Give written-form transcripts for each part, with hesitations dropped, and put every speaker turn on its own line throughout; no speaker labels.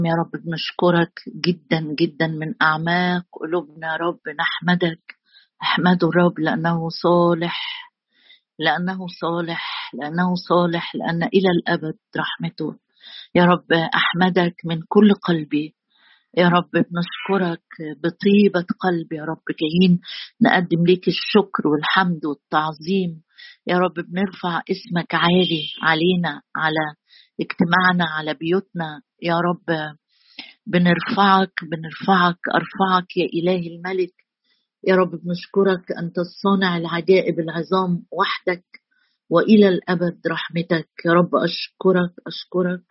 يا رب بنشكرك جدا جدا من أعماق قلوبنا. يا رب نحمدك، احمده الرب لأنه صالح، لأنه صالح، لأنه صالح، لأن إلى الأبد رحمته. يا رب أحمدك من كل قلبي. يا رب بنشكرك بطيبة قلب. يا رب جايين نقدم ليك الشكر والحمد والتعظيم. يا رب بنرفع اسمك عالي علينا، على اجتماعنا، على بيوتنا. يا رب بنرفعك بنرفعك، أرفعك يا إله الملك. يا رب بنشكرك، أنت الصانع العجائب العظام وحدك، وإلى الأبد رحمتك. يا رب أشكرك أشكرك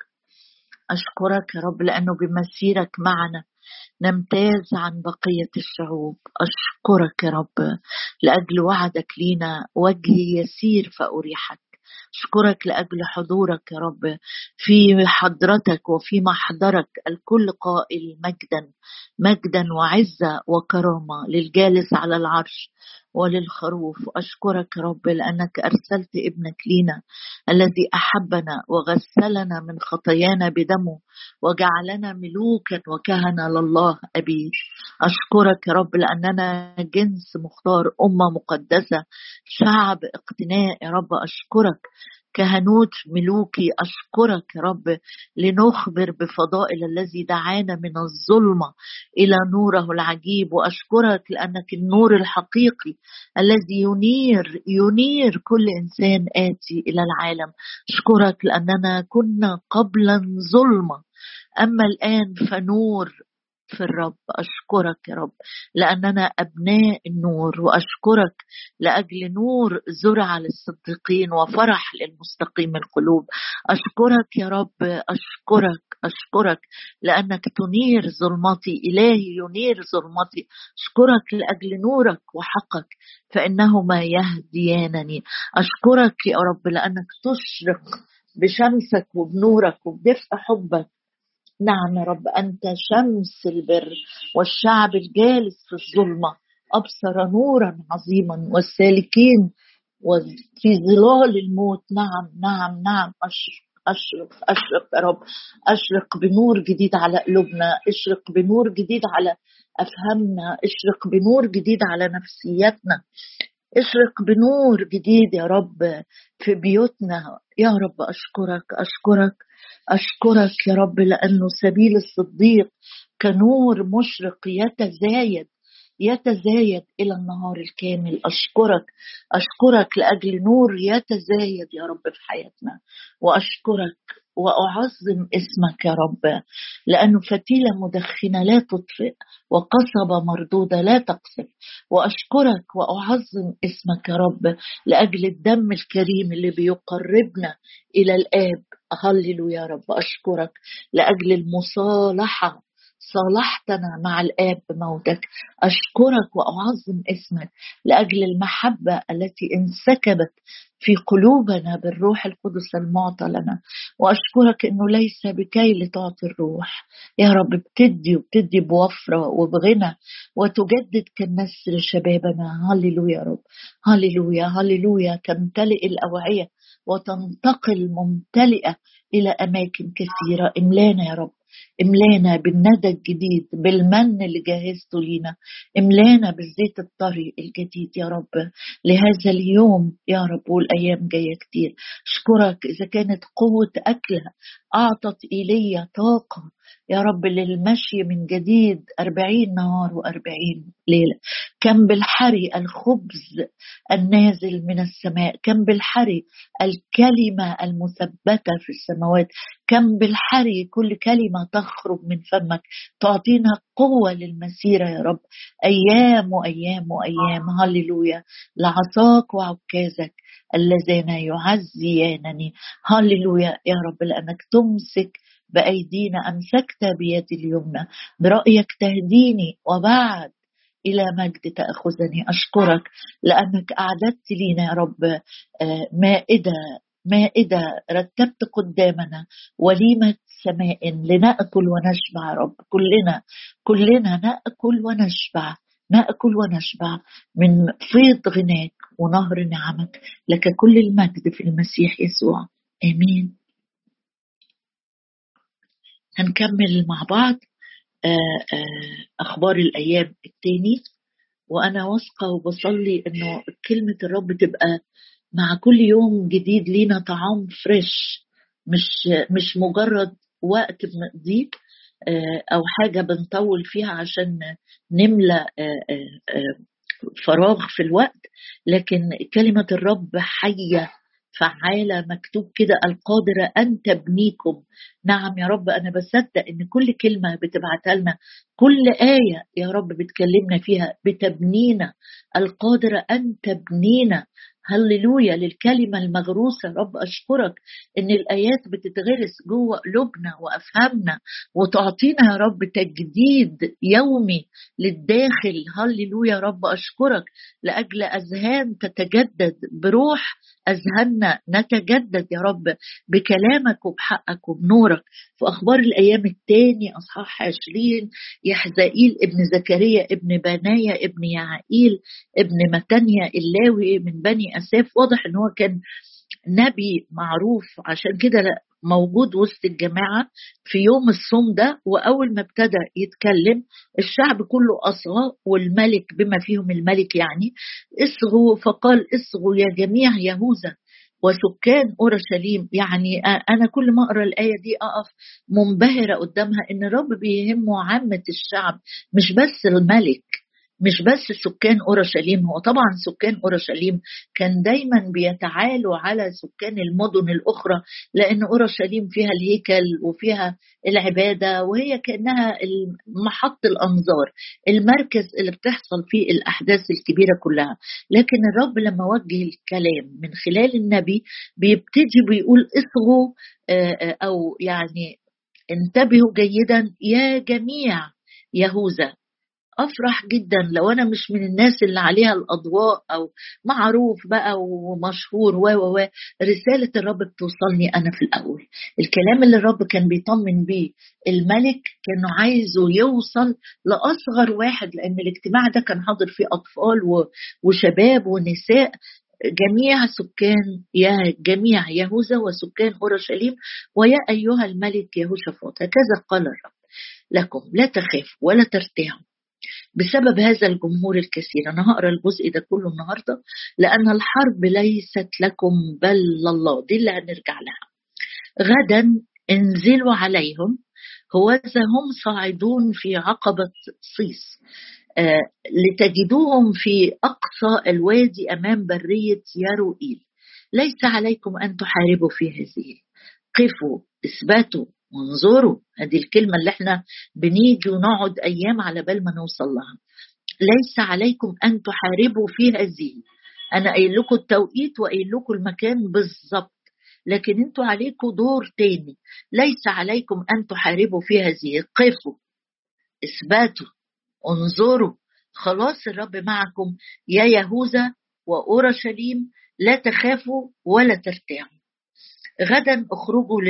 أشكرك يا رب، لأنه بمسيرك معنا نمتاز عن بقية الشعوب. أشكرك يا رب لأجل وعدك لينا، وجهي يسير فأريحك. أشكرك لأجل حضورك يا رب في حضرتك وفي محضرك. الكل قائل مجدا، مجدا وعزة وكرامة للجالس على العرش وللخروف. أشكرك يا رب لأنك أرسلت ابنك لينا، الذي أحبنا وغسلنا من خطايانا بدمه وجعلنا ملوكا وكهنة لله أبي. أشكرك يا رب لأننا جنس مختار، أمة مقدسة، شعب اقتناء. يا رب أشكرك، كهنوت ملوكي. أشكرك يا رب لنخبر بفضائل الذي دعانا من الظلمة إلى نوره العجيب. وأشكرك لأنك النور الحقيقي الذي ينير كل إنسان آتي إلى العالم. أشكرك لأننا كنا قبلا ظلمة، أما الآن فنور في الرب. أشكرك يا رب لأننا أبناء النور. وأشكرك لأجل نور زرع للصديقين وفرح للمستقيم القلوب. أشكرك يا رب، أشكرك أشكرك لأنك تنير ظلمتي، إلهي ينير ظلمتي. أشكرك لأجل نورك وحقك فإنهما يهديانني. أشكرك يا رب لأنك تشرق بشمسك وبنورك وبدفء حبك. نعم يا رب، أنت شمس البر، والشعب الجالس في الظلمة أبصر نورا عظيما، والسالكين وفي ظلال الموت. نعم نعم نعم. أشرق يا رب، أشرق بنور جديد على قلوبنا، اشرق بنور جديد على أفهامنا، اشرق بنور جديد على نفسيتنا، اشرق بنور جديد يا رب في بيوتنا. يا رب أشكرك أشكرك أشكرك يا رب لأنه سبيل الصديق كنور مشرق يتزايد يتزايد إلى النهار الكامل. أشكرك أشكرك لأجل نور يتزايد يا رب في حياتنا. وأشكرك وأعظم اسمك يا رب، لأنه فتيلة مدخنة لا تطفئ وقصبة مردودة لا تقصف. وأشكرك وأعظم اسمك يا رب لأجل الدم الكريم اللي بيقربنا إلى الآب. هللويا يا رب. أشكرك لأجل المصالحة، صالحتنا مع الآب بموتك. أشكرك وأعظم اسمك لأجل المحبة التي انسكبت في قلوبنا بالروح القدس المعطى لنا. وأشكرك أنه ليس بكي لتعطي الروح يا رب، بتدي وبتدي بوفرة وبغنى، وتجدد كالنسر شبابنا. هللويا يا رب، هللويا هللويا. تمتلئ الأوعية وتنتقل ممتلئة إلى أماكن كثيرة. املانا يا رب، املانا بالندى الجديد، بالمن اللي جهزته لينا. املانا بالزيت الطري الجديد يا رب لهذا اليوم يا رب، والأيام جاية كتير. أشكرك إذا كانت قوة أكلها أعطت إيليا طاقة يا رب للمشي من جديد 40 نهار و40 ليلة. كم بالحري الخبز النازل من السماء، كم بالحري الكلمة المثبتة في السماوات، كم بالحري كل كلمة تخرج من فمك تعطينا قوة للمسيرة يا رب، أيام وأيام وأيام. هللويا. لعصاك وعكازك اللذان يعزيانني. هللويا يا رب لأنك تمسك بأيدينا، أمسكت بيدي اليمنى، برأيك تهديني وبعد إلى مجد تأخذني. أشكرك لأنك أعددت لينا يا رب مائدة، مائدة رتبت قدامنا وليمة سماء لنأكل ونشبع يا رب. كلنا نأكل ونشبع، نأكل ونشبع من فيض غناك ونهر نعمك. لك كل المجد في المسيح يسوع، آمين. هنكمل مع بعض أخبار الأيام التاني. وأنا واثقة وبصلي إنه كلمة الرب تبقى مع كل يوم جديد لينا طعام فريش، مش مجرد وقت بنقضيه أو حاجة بنطول فيها عشان نملى فراغ في الوقت، لكن كلمة الرب حية فعالة. مكتوب كده القادرة أن تبنيكم. نعم يا رب، أنا بصدق إن كل كلمة بتبعتها لنا، كل آية يا رب بتكلمنا فيها بتبنينا. القادرة أن تبنينا. هللويا للكلمة المغروسة. رب أشكرك إن الآيات بتتغرس جوه قلوبنا وأفهامنا وتعطينا يا رب تجديد يومي للداخل. هللويا يا رب أشكرك لأجل أذهان تتجدد بروح أذهاننا، نتجدد يا رب بكلامك وبحقك وبنورك. في أخبار الأيام الثاني أصحاح 20، يحزائيل ابن زكريا ابن بنايا ابن يعقيل ابن متانيا اللاوي من بني أساف. واضح أنه كان نبي معروف، عشان كده موجود وسط الجماعة في يوم الصوم ده. وأول ما ابتدى يتكلم الشعب كله أصغى، والملك بما فيهم الملك يعني اصغوا، فقال اصغوا يا جميع يهوذا وسكان أورشليم. يعني أنا كل ما أقرأ الآية دي أقف منبهرة قدامها إن الرب بيهمه عامة الشعب، مش بس الملك، مش بس سكان أورشليم. هو طبعا سكان أورشليم كان دايما بيتعالوا على سكان المدن الأخرى، لأن أورشليم فيها الهيكل وفيها العبادة، وهي كأنها محط الأنظار، المركز اللي بتحصل فيه الأحداث الكبيرة كلها. لكن الرب لما وجه الكلام من خلال النبي بيبتدي بيقول اصغوا، أو يعني انتبهوا جيدا يا جميع يهوذا. أفرح جدا لو أنا مش من الناس اللي عليها الأضواء أو معروف بقى ومشهور و رسالة الرب بتوصلني أنا في الأول. الكلام اللي الرب كان بيطمن بيه الملك كانوا عايزه يوصل لأصغر واحد، لأن الاجتماع ده كان حاضر فيه أطفال وشباب ونساء. جميع سكان، يا جميع يهوذا وسكان أورشليم ويا أيها الملك يهوشافاط، هكذا قال الرب لكم لا تخافوا ولا ترتاعوا بسبب هذا الجمهور الكثير. أنا هقرأ الجزء ده كله النهاردة، لأن الحرب ليست لكم بل لله. دي اللي هنرجع لها. غدا انزلوا عليهم، هوذا هم صاعدون في عقبة صيص، لتجدوهم في أقصى الوادي أمام برية يروئيل. ليس عليكم أن تحاربوا في هذه، قفوا اثبتوا وانظروا. هذه الكلمة اللي احنا بنيجي ونقعد أيام على بال ما نوصل لها. ليس عليكم أن تحاربوا في هذه. أنا قايل لكم التوقيت وقايل لكم المكان بالظبط، لكن انتوا عليكم دور تاني. ليس عليكم أن تحاربوا في هذه، قفوا اثبتوا انظروا. خلاص الرب معكم يا يهوذا وأورشليم، لا تخافوا ولا ترتاعوا. غدا اخرجوا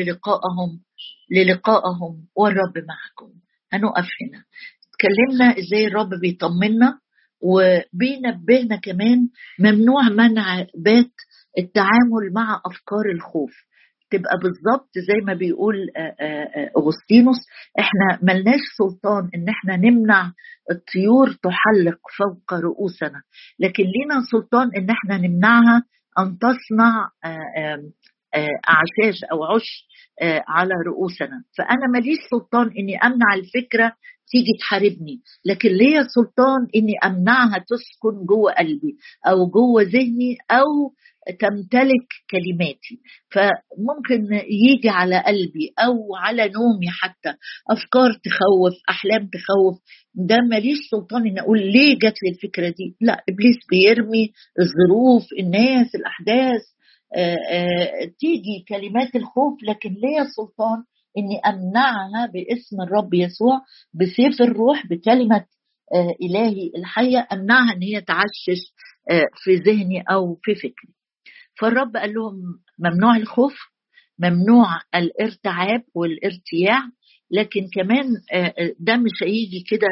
للقائهم والرب معكم. هنقف هنا. اتكلمنا ازاي الرب بيطمنا وبينبهنا كمان ممنوع منع بات التعامل مع أفكار الخوف. تبقى بالظبط زي ما بيقول أغسطينوس، احنا ملناش سلطان ان احنا نمنع الطيور تحلق فوق رؤوسنا، لكن لينا سلطان ان احنا نمنعها ان تصنع أعشاش أو عش على رؤوسنا. فأنا ماليش سلطان إني أمنع الفكرة تيجي تحاربني، لكن ليا سلطان إني أمنعها تسكن جوه قلبي أو جوه ذهني أو تمتلك كلماتي. فممكن يجي على قلبي أو على نومي حتى أفكار تخوف، أحلام تخوف، ده ماليش سلطان إن أقول ليه جات لي الفكرة دي. لا، إبليس بيرمي الظروف، الناس، الأحداث، تيجي كلمات الخوف، لكن ليا سلطان اني امنعها باسم الرب يسوع، بسيف الروح، بكلمة الهي الحية، امنعها ان هي تعشش في ذهني او في فكري. فالرب قال لهم ممنوع الخوف، ممنوع الارتعاب والارتياع، لكن كمان ده مش هيجي كده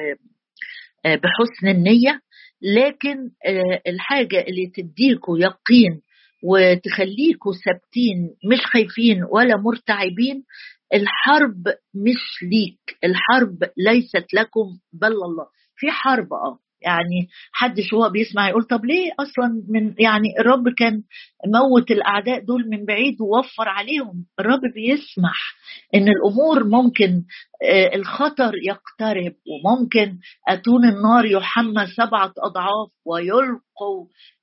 بحسن النية، لكن الحاجة اللي تديكوا يقين وتخليكوا ثابتين مش خايفين ولا مرتعبين الحرب مش ليك، الحرب ليست لكم بل الله. في حرب يعني حدش هو بيسمع يقول طب ليه اصلا، من يعني الرب كان موت الاعداء دول من بعيد ووفر عليهم. الرب بيسمح ان الامور ممكن الخطر يقترب، وممكن اتون النار يحمى 7 أضعاف ويلقوا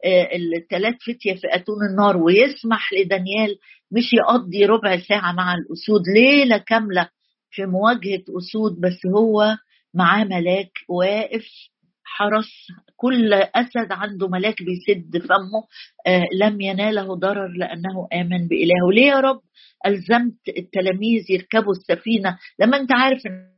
الثلاث فتية في اتون النار، ويسمح لدانيال مش يقضي ربع ساعة مع الأسود، ليلة كاملة في مواجهة أسود، بس هو معاه ملاك واقف حرس. كل أسد عنده ملاك بيسد فمه، لم يناله ضرر لأنه آمن بإلهه. ليه يا رب ألزمت التلاميذ يركبوا السفينة لما أنت عارف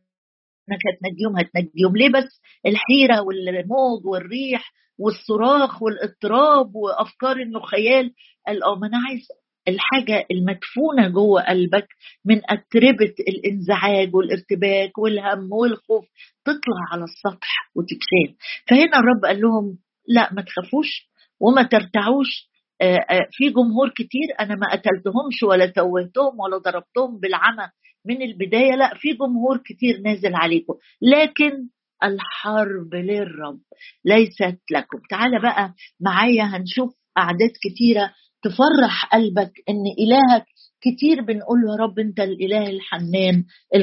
انك هتنجيهم؟ هتنجيهم ليه بس الحيرة والموج والريح والصراخ والاضطراب وافكار انه خيال؟ قال ما انا عايز الحاجة المدفونة جوه قلبك من أتربة الانزعاج والارتباك والهم والخوف تطلع على السطح وتتشال. فهنا الرب قال لهم لا، ما تخافوش وما ترتعوش. في جمهور كتير أنا ما قتلتهمش ولا توهتهم ولا ضربتهم بالعمى من البداية، لا، في جمهور كتير نازل عليكم، لكن الحرب للرب ليست لكم. تعال بقى معايا هنشوف أعداد كتيرة تفرح قلبك إن إلهك كتير بنقول له يا رب أنت الإله الحنان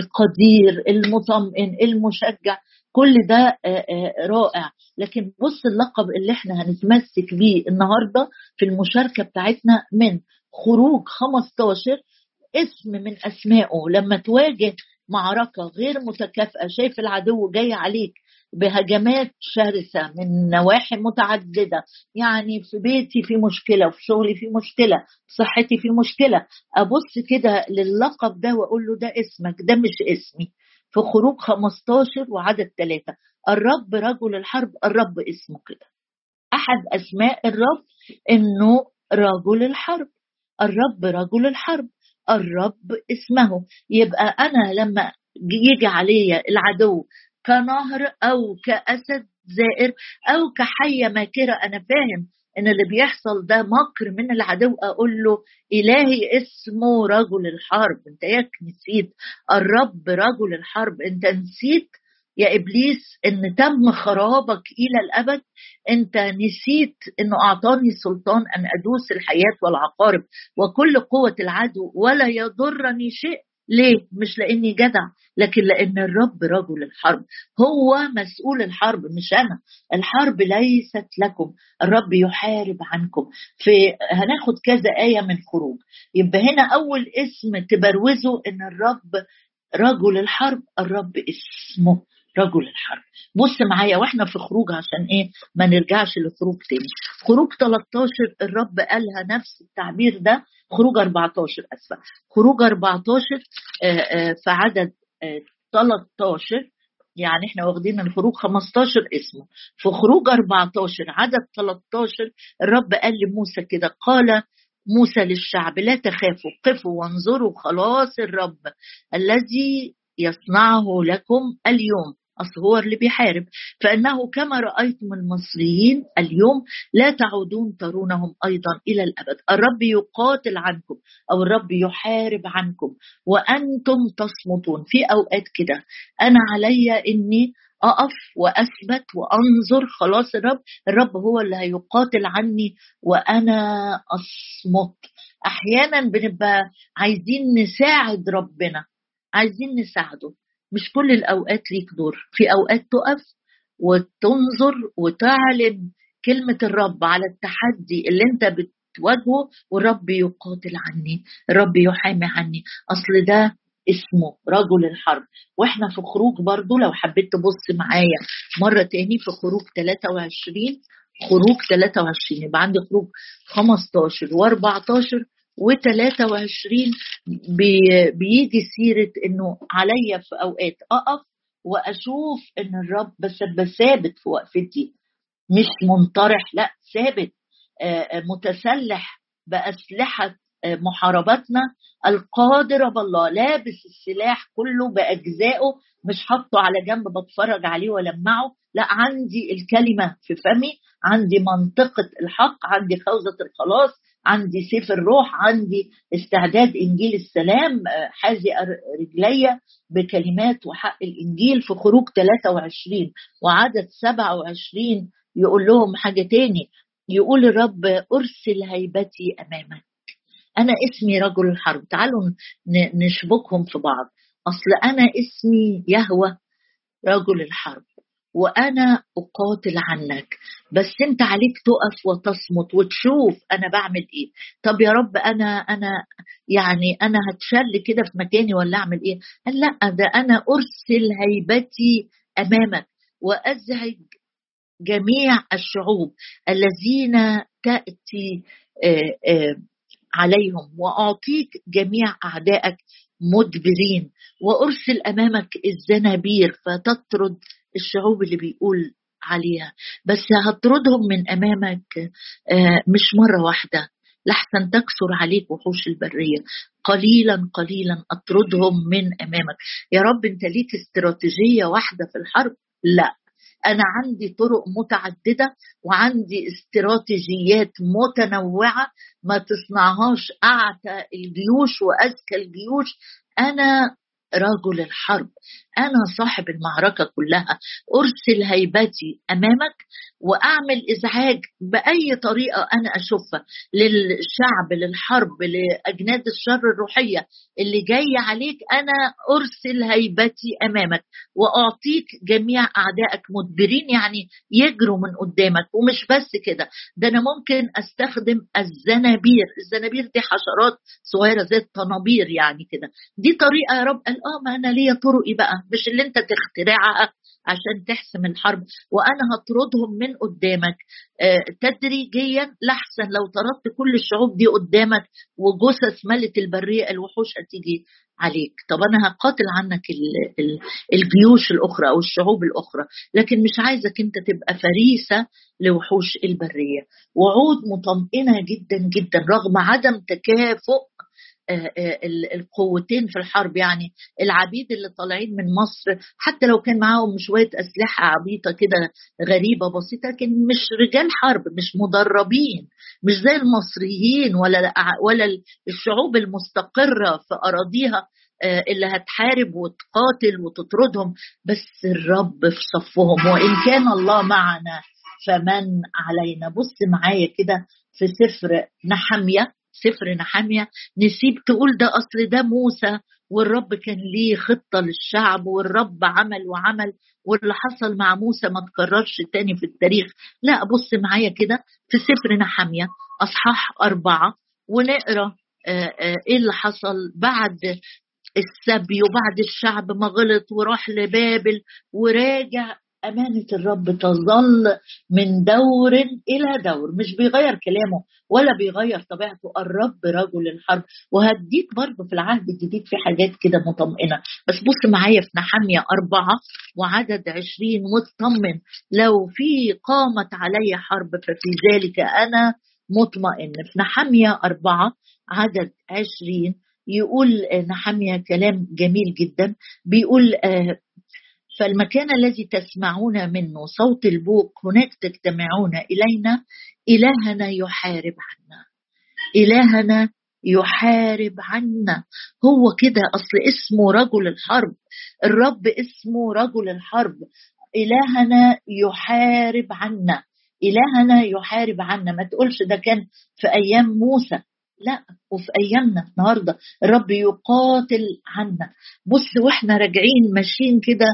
القدير المطمئن المشجع، كل ده رائع. لكن بص اللقب اللي احنا هنتمسك بيه النهاردة في المشاركة بتاعتنا من خروج 15، اسم من أسمائه لما تواجه معركة غير متكافئة، شايف العدو جاي عليك بهجمات شرسة من نواحي متعددة، يعني في بيتي في مشكلة، وفي شغلي في مشكلة، في صحتي في مشكلة، أبص كده للقب ده وأقول له ده اسمك، ده مش اسمي. في خروج 15 وعدد 3، الرب رجل الحرب، الرب اسمه كده، أحد أسماء الرب إنه رجل الحرب، الرب رجل الحرب، الرب اسمه. يبقى أنا لما يجي علي العدو كنهر أو كأسد زائر أو كحية ماكرة، أنا فاهم إن اللي بيحصل ده مكر من العدو، أقول له إلهي اسمه رجل الحرب. أنت ياك نسيت الرب رجل الحرب؟ أنت نسيت يا إبليس إن تم خرابك إلى الأبد؟ أنت نسيت إنه أعطاني سلطان أن أدوس الحياة والعقارب وكل قوة العدو ولا يضرني شيء؟ ليه؟ مش لأني جدع، لكن لأن الرب رجل الحرب، هو مسؤول الحرب مش أنا. الحرب ليست لكم، الرب يحارب عنكم. هناخد كذا آية من خروج. يبقى هنا أول اسم تبروزه إن الرب رجل الحرب، الرب اسمه رجل الحرب. بص معايا واحنا في خروج عشان ايه ما نرجعش لخروج تاني. خروج 13 الرب قالها نفس التعبير ده، خروج 14 اسفة، خروج 14 في عدد 13، يعني احنا واخدين من خروج 15 اسمه. في خروج 14 عدد 13 الرب قال لموسى كده، قال موسى للشعب لا تخافوا، قفوا وانظروا خلاص الرب الذي يصنعه لكم اليوم. أصل هو اللي بيحارب، فإنه كما رأيتم المصريين اليوم لا تعودون ترونهم أيضا إلى الأبد. الرب يقاتل عنكم أو الرب يحارب عنكم وأنتم تصمتون. في أوقات كده أنا علي إني أقف وأثبت وأنظر خلاص الرب هو اللي هيقاتل عني وأنا أصمت. أحيانا بنبقى عايزين نساعد ربنا، عايزين نساعده، مش كل الأوقات ليك دور. في أوقات تقف وتنظر وتعلن كلمة الرب على التحدي اللي انت بتواجهه، والرب يقاتل عني، الرب يحامي عني. أصل ده اسمه رجل الحرب. واحنا في خروج برضو لو حبيت تبص معايا مرة تاني في خروج 23، خروج 23 يبقى عندي خروج 15 و14 و23 بيجي سيرة انه عليا في اوقات اقف واشوف ان الرب بس ثابت في وقفتي، مش منطرح، لا ثابت، متسلح بأسلحة محاربتنا، القادر بالله، لابس السلاح كله بأجزائه، مش حطه على جنب بتفرج عليه ولمعه، لا، عندي الكلمة في فمي، عندي منطقة الحق، عندي خوذة الخلاص، عندي سيف الروح، عندي استعداد إنجيل السلام، حازي رجلي بكلمات وحق الإنجيل. في خروج 23 وعدد 27 يقول لهم حاجة تاني، يقول الرب أرسل هيبتي أمامك. أنا اسمي رجل الحرب. تعالوا نشبكهم في بعض. أصل أنا اسمي يهوه رجل الحرب، وأنا أقاتل عنك، بس أنت عليك تقف وتصمت وتشوف أنا بعمل إيه. طب يا رب أنا يعني أنا هتشل كده في مكاني ولا أعمل إيه؟ قال لا، ده أنا أرسل هيبتي أمامك وأزعج جميع الشعوب الذين تأتي عليهم، وأعطيك جميع أعدائك مدبرين، وأرسل أمامك الزنابير فتطرد الشعوب اللي بيقول عليها. بس هتردهم من أمامك مش مرة واحدة، لحسن تكسر عليك وحوش البرية، قليلا قليلا أطردهم من أمامك. يا رب أنت ليك استراتيجية واحدة في الحرب؟ لا، أنا عندي طرق متعددة وعندي استراتيجيات متنوعة ما تصنعهاش أعتى الجيوش وأذكى الجيوش. أنا رجل الحرب، أنا صاحب المعركة كلها. أرسل هيبتي أمامك وأعمل إزعاج بأي طريقة أنا أشوفها للشعب، للحرب، لأجناد الشر الروحية اللي جاي عليك. أنا أرسل هيبتي أمامك وأعطيك جميع أعدائك مدبرين، يعني يجروا من قدامك. ومش بس كده، ده أنا ممكن أستخدم الزنابير. الزنابير دي حشرات صغيرة زي الطنابير يعني كده. دي طريقة يا رب. قال ما أنا ليا طرقي بقى، مش اللي أنت تخترعها عشان تحسم الحرب. وأنا هطردهم من قدامك تدريجيا، لحسن لو طردت كل الشعوب دي قدامك وجثث ملت البرية الوحوش هتيجي عليك. طب أنا هقاتل عنك الجيوش الأخرى أو الشعوب الأخرى، لكن مش عايزك أنت تبقى فريسة لوحوش البرية. وعود مطمئنة جدا جدا رغم عدم تكافؤ القوتين في الحرب. يعني العبيد اللي طالعين من مصر حتى لو كان معاهم شوية أسلحة عبيطة كده غريبة بسيطة، لكن مش رجال حرب، مش مدربين، مش زي المصريين ولا الشعوب المستقرة في أراضيها اللي هتحارب وتقاتل وتطردهم. بس الرب في صفهم، وإن كان الله معنا فمن علينا. بص معايا كده في سفر نحمية. نسيب تقول ده أصل ده موسى والرب كان ليه خطة للشعب والرب عمل وعمل واللي حصل مع موسى ما تكررش تاني في التاريخ. لا، بص معايا كده في سفر نحمية أصحاح 4 ونقرأ إيه اللي حصل بعد السبي وبعد الشعب ما غلط وراح لبابل وراجع. أمانة الرب تظل من دور إلى دور، مش بيغير كلامه ولا بيغير طبيعته. الرب رجل الحرب. وهديك برضه في العهد الجديد في حاجات كده مطمئنة. بس بص معايا في نحمية 4 وعدد 20 واطمن، لو في قامت علي حرب ففي ذلك أنا مطمئن. في نحمية 4 عدد 20 يقول نحمية كلام جميل جدا. بيقول فالمكان الذي تسمعون منه صوت البوق هناك تجتمعون إلينا. إلهنا يحارب عنا، إلهنا يحارب عنا. هو كده، أصل اسمه رجل الحرب. الرب اسمه رجل الحرب. إلهنا يحارب عنا، إلهنا يحارب عنا. ما تقولش ده كان في أيام موسى، لا، وفي أيامنا النهاردة الرب يقاتل عنا. بص واحنا راجعين ماشيين كده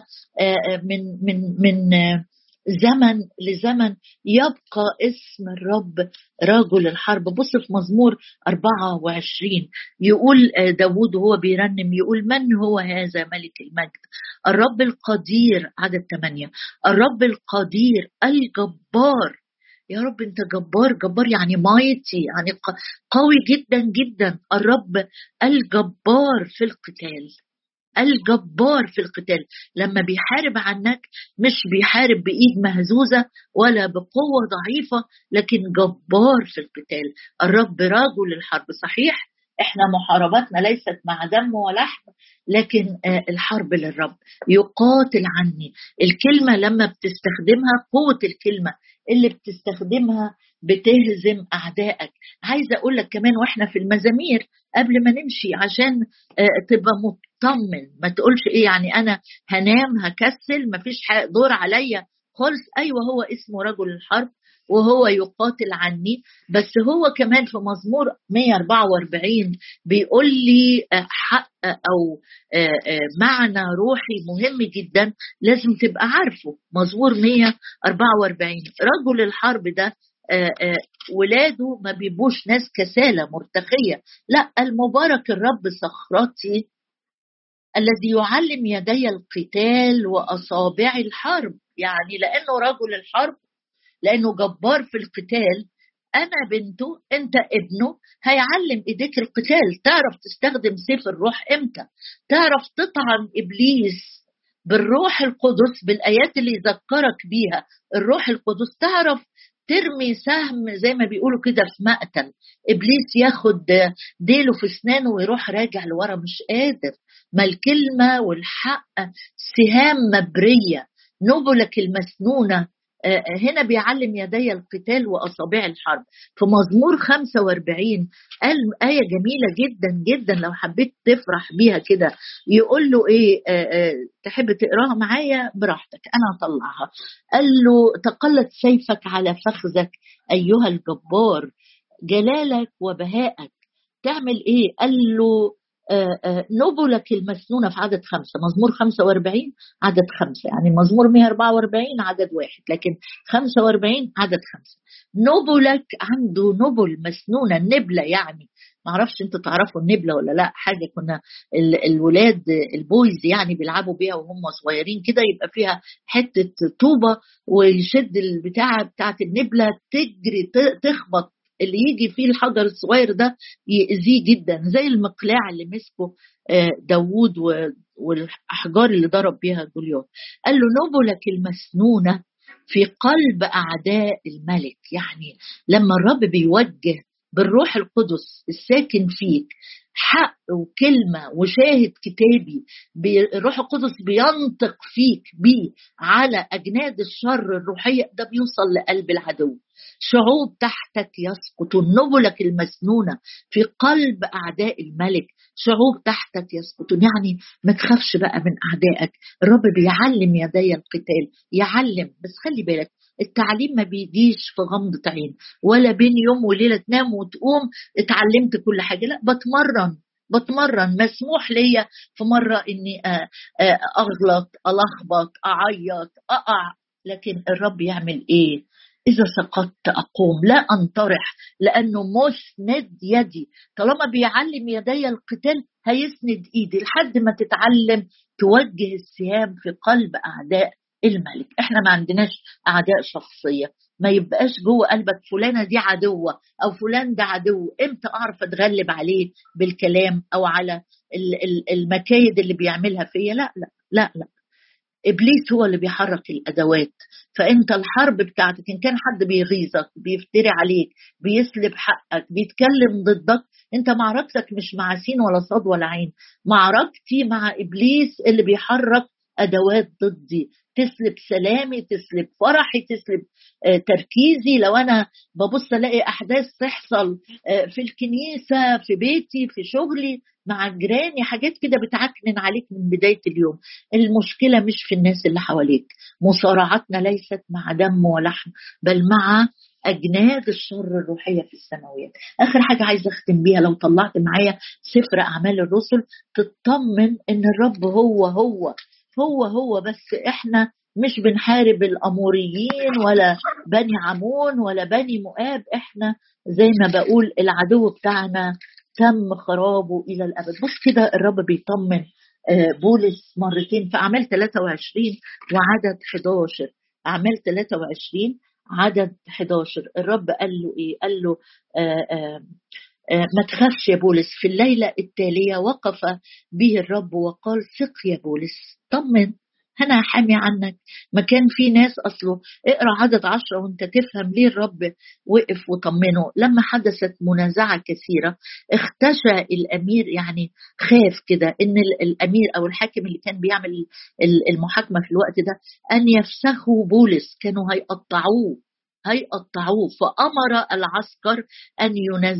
من زمن لزمن يبقى اسم الرب رجل الحرب. بص في مزمور 24 يقول داود وهو بيرنم، يقول من هو هذا ملك المجد الرب القدير. عدد 8 الرب القدير الجبار. يا رب انت جبار. جبار يعني مايتي، يعني قوي جدا جدا. الرب الجبار في القتال، الجبار في القتال. لما بيحارب عنك مش بيحارب بإيد مهزوزة ولا بقوة ضعيفة، لكن جبار في القتال. الرب رجل الحرب. صحيح احنا محارباتنا ليست مع دم ولحم، لكن الحرب للرب. يقاتل عني. الكلمة لما بتستخدمها، قوة الكلمة اللي بتستخدمها بتهزم أعدائك. عايزة أقول لك كمان وإحنا في المزامير قبل ما نمشي عشان تبقى مطمن، ما تقولش إيه يعني أنا هنام هكسل مفيش دور عليا خالص. أيوة هو اسمه رجل الحرب وهو يقاتل عني، بس هو كمان في مزمور 144 بيقول لي حق أو معنى روحي مهم جدا لازم تبقى عارفه. مزمور 144 رجل الحرب ده ولاده ما بيبوش ناس كسالة مرتخية، لا، المبارك الرب صخرتي الذي يعلم يدي القتال وأصابع الحرب. يعني لأنه رجل الحرب، لأنه جبار في القتال، أنا بنته أنت ابنه، هيعلم إيديك القتال. تعرف تستخدم سيف الروح إمتى، تعرف تطعن إبليس بالروح القدس، بالآيات اللي يذكرك بيها الروح القدس. تعرف ترمي سهم زي ما بيقولوا كده في مقتل، إبليس ياخد ديله في اسنانه ويروح راجع لورا مش قادر. ما الكلمة والحق سهام مبرية نبلك المسنونة. هنا بيعلم يدي القتال وأصابع الحرب. في مزمور 45 قال آية جميلة جدا جدا لو حبيت تفرح بيها كده. يقول له إيه، تحب تقراها معايا براحتك أنا أطلعها. قال له تقلت سيفك على فخذك أيها الجبار، جلالك وبهائك تعمل إيه. قال له نبلك المسنونة في عدد 5. مزمور 45 عدد 5، يعني مزمور 144 عدد 1 لكن 45 عدد 5. نبلك عنده نبل مسنونة، النبلة يعني معرفش انتوا تعرفوا النبلة ولا لا. حاجة كنا الولاد البويز يعني بيلعبوا بيها وهم صغيرين كده، يبقى فيها حتة طوبة ويشد البتاعة بتاعت النبلة تجري تخبط اللي يجي فيه الحجر الصغير ده يأذيه جدا، زي المقلاع اللي مسكه داوود والأحجار اللي ضرب بيها جولياث. قال له نبلك المسنونة في قلب أعداء الملك. يعني لما الرب بيوجه بالروح القدس الساكن فيك حق وكلمة وشاهد كتابي، الروح القدس بينطق فيك بيه على أجناد الشر الروحية، ده بيوصل لقلب العدو. شعوب تحتك يسقط، نبلك المسنونة في قلب أعداء الملك، شعوب تحتك يسقطون. يعني ما تخافش بقى من أعدائك، الرب بيعلم يدي القتال، يعلم. بس خلي بالك التعليم ما بيجيش في غمضة عين ولا بين يوم وليلة تنام وتقوم اتعلمت كل حاجة، لا، بتمرن. مسموح ليا في مرة اني اغلط، الخبط، اعيط، اقع، لكن الرب يعمل ايه؟ إذا سقطت أقوم لا أنطرح، لأنه مسند يدي. طالما بيعلم يدي القتال هيسند إيدي لحد ما تتعلم توجه السهام في قلب أعداء الملك. إحنا ما عندناش أعداء شخصية، ما يبقاش جوه قلبك فلانة دي عدوة أو فلان ده عدو. إمتى أعرف أتغلب عليه؟ بالكلام أو على المكايد اللي بيعملها فيا؟ لا لا لا لا، إبليس هو اللي بيحرك الأدوات. فأنت الحرب بتاعتك إن كان حد بيغيظك، بيفتري عليك، بيسلب حقك، بيتكلم ضدك، أنت معركتك مش مع سين ولا صاد ولا عين، معركتي مع إبليس اللي بيحرك أدوات ضدي، تسلب سلامي، تسلب فرحي، تسلب تركيزي. لو أنا ببص ألاقي أحداث تحصل في الكنيسة، في بيتي، في شغلي، مع جيراني، حاجات كده بتعكنن عليك من بداية اليوم. المشكلة مش في الناس اللي حواليك، مصارعتنا ليست مع دم ولحم بل مع أجناد الشر الروحية في السماويات. آخر حاجة عايزة أختم بيها، لو طلعت معايا سفر أعمال الرسل تطمن إن الرب هو بس إحنا مش بنحارب الأموريين ولا بني عمون ولا بني مؤاب. إحنا زي ما بقول العدو بتاعنا تم خرابه إلى الأبد. بص كده الرب بيطمن بولس مرتين في أعمال 23 وعدد 11. أعمال 23 عدد 11 الرب قال له إيه؟ قال له ما تخافش يا بولس. في الليلة التالية وقف به الرب وقال ثق يا بولس، طمن، أنا حامي عنك. ما كان في ناس أصله، اقرأ عدد 10 وانت تفهم ليه الرب وقف وطمنه. لما حدثت منازعة كثيرة اختشى الأمير، يعني خاف كده إن الأمير أو الحاكم اللي كان بيعمل المحاكمة في الوقت ده أن يفسخوا بولس، كانوا هيقطعوه هيقطعوه. فأمر العسكر أن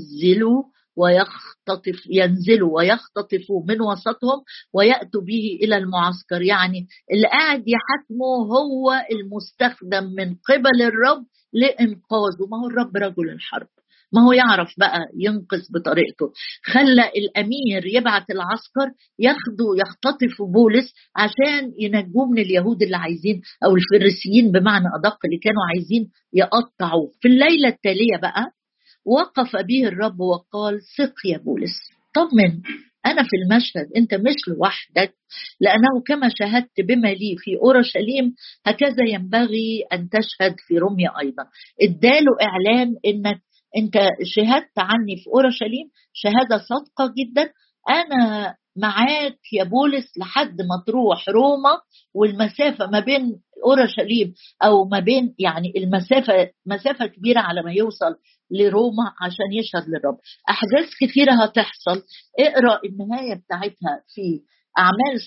ينزلوا ويختطفوا من وسطهم ويأتوا به إلى المعسكر. يعني اللي قاعد يحاكمه هو المستخدم من قبل الرب لإنقاذه. ما هو الرب رجل الحرب، ما هو يعرف بقى ينقذ بطريقته. خلى الأمير يبعت العسكر ياخدوا يختطفوا بولس عشان ينجوه من اليهود اللي عايزين، أو الفريسيين بمعنى أدق، اللي كانوا عايزين يقطعوه. في الليلة التالية بقى وقف به الرب وقال: ثق يا بولس، طمن، أنا في المشهد، أنت مش لوحدك، لأنه كما شهدت بما لي في أورشليم هكذا ينبغي أن تشهد في روميا أيضا. اداله إعلان إنك أنت شهدت عني في أورشليم شهادة صادقة جدا، أنا معاك يا بولس لحد ما تروح روما. والمسافة ما بين أورشليم أو ما بين، يعني المسافة مسافة كبيرة على ما يوصل لروما عشان يشهد للرب. أحداث كثيرة هتحصل، اقرأ النهاية بتاعتها في أعمال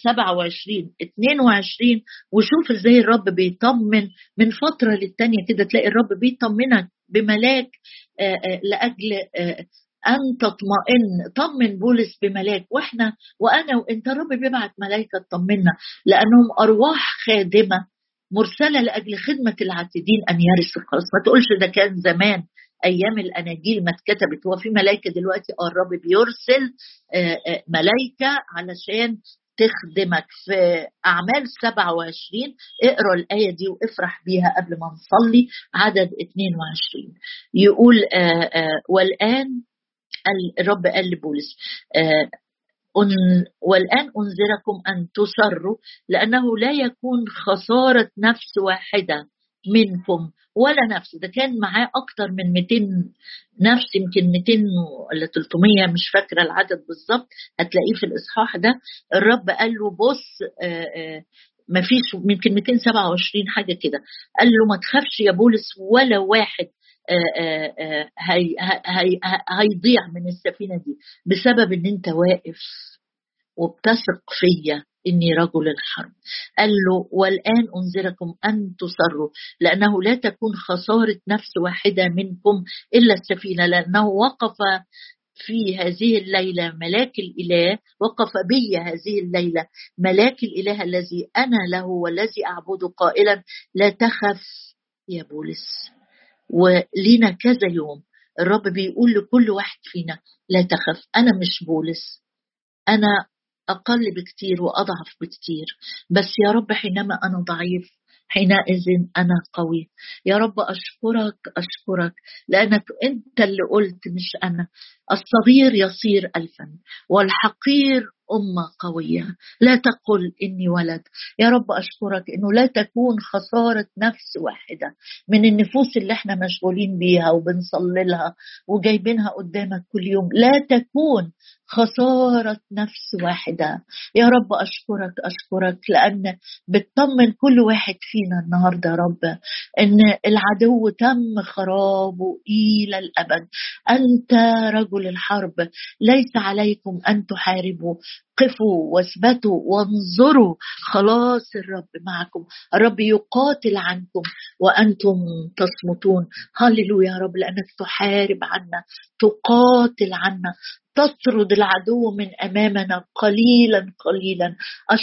27-22 وشوف ازاي الرب بيطمن من فترة للتانية كده. تلاقي الرب بيطمنك بملاك لأجل أن تطمئن. طمن بولس بملاك، وأنا وإنت الرب بيبعت ملايكة تطمنا، لأنهم أرواح خادمة مرسلة لأجل خدمة العاتدين أن يرثوا الخلاص. ما تقولش ده كان زمان أيام الأناجيل ما اتكتبت. هو في ملايكة دلوقتي، الرب بيرسل ملايكة علشان تخدمك. في أعمال 27 اقرأ الآية دي وافرح بيها قبل ما نصلي. عدد 22 يقول والآن الرب قال لبولس والآن أنذركم أن تسروا، لأنه لا يكون خسارة نفس واحدة منكم ولا نفس. ده كان معاه أكتر من 200 نفس، يمكن 200 ولا 300، مش فاكرة العدد بالظبط، هتلاقيه في الإصحاح ده. الرب قال له بص ما فيش، يمكن 227 حاجة كده. قال له ما تخافش يا بولس، ولا واحد هيضيع من السفينة دي بسبب ان انت واقف وبتثق فيا إني رجل الحرب. قال له والآن أنذركم أن تسروا، لأنه لا تكون خسارة نفس واحدة منكم إلا السفينة، لأنه وقف في هذه الليلة ملاك الإله، وقف بي هذه الليلة ملاك الإله الذي أنا له والذي أعبده، قائلا لا تخف يا بولس. ولينا كذا يوم الرب بيقول لكل واحد فينا لا تخف. أنا مش بولس، أنا أقل بكتير وأضعف بكتير، بس يا رب حينما أنا ضعيف حينئذ أنا قوي. يا رب أشكرك لأنك أنت اللي قلت مش أنا. الصغير يصير ألفا والحقير أمة قوية. لا تقل إني ولد. يا رب أشكرك إنه لا تكون خسارة نفس واحدة من النفوس اللي احنا مشغولين بيها وبنصلي لها وجايبينها قدامك كل يوم. لا تكون خسارة نفس واحدة. يا رب أشكرك لأن بتطمن كل واحد فينا النهاردة يا رب إن العدو تم خرابه إلى الأبد. أنت رجل الحرب، ليس عليكم أن تحاربوا. قفوا واثبتوا وانظروا، خلاص الرب معكم. الرب يقاتل عنكم وأنتم تصمتون. هللويا يا رب، لأنك تحارب عنا، تقاتل عنا، تطرد العدو من أمامنا قليلا قليلا.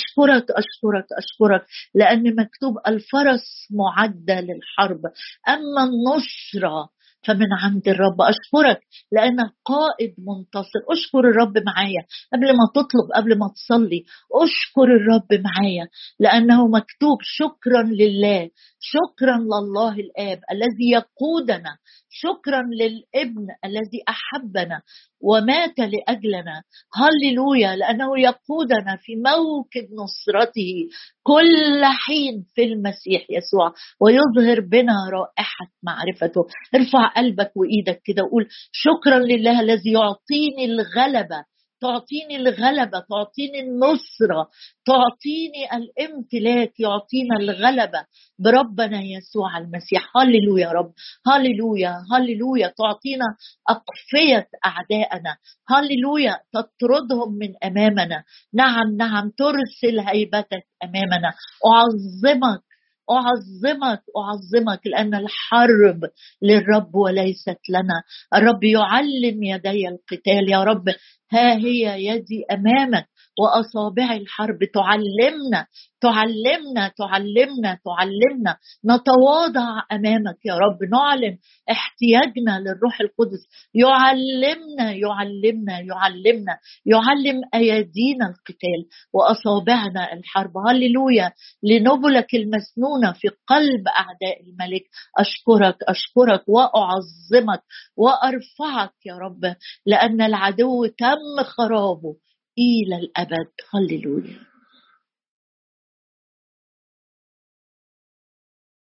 أشكرك لأن مكتوب الفرس معدة للحرب أما النصرة فمن عند الرب. أشكرك لأنك قائد منتصر. أشكر الرب معايا قبل ما تطلب، قبل ما تصلي، أشكر الرب معايا لأنه مكتوب شكرا لله، شكرا لله الآب الذي يقودنا، شكرا للابن الذي أحبنا ومات لأجلنا. هللويا، لأنه يقودنا في موكب نصرته كل حين في المسيح يسوع ويظهر بنا رائحة معرفته. ارفع قلبك وإيدك كده وقول شكرا لله الذي يعطيني الغلبة، تعطيني الغلبة، تعطيني النصرة، تعطيني الامتلاك، يعطينا الغلبة بربنا يسوع المسيح. هللويا يا رب، هللويا. تعطينا أقفية أعدائنا، هللويا، تطردهم من أمامنا. نعم ترسل هيبتك أمامنا. أعظمك أعظمك لأن الحرب للرب وليست لنا. الرب يعلم يدي القتال يا رب. ها هي يدي أمامك وأصابع الحرب تعلمنا نتواضع أمامك يا رب. نعلن احتياجنا للروح القدس. يعلم أيدينا القتال وأصابعنا الحرب. هللويا. لنبلك المسنونة في قلب أعداء الملك. أشكرك وأعظمك وأرفعك يا رب، لأن العدو تم خرابه إلى الأبد. هللويا.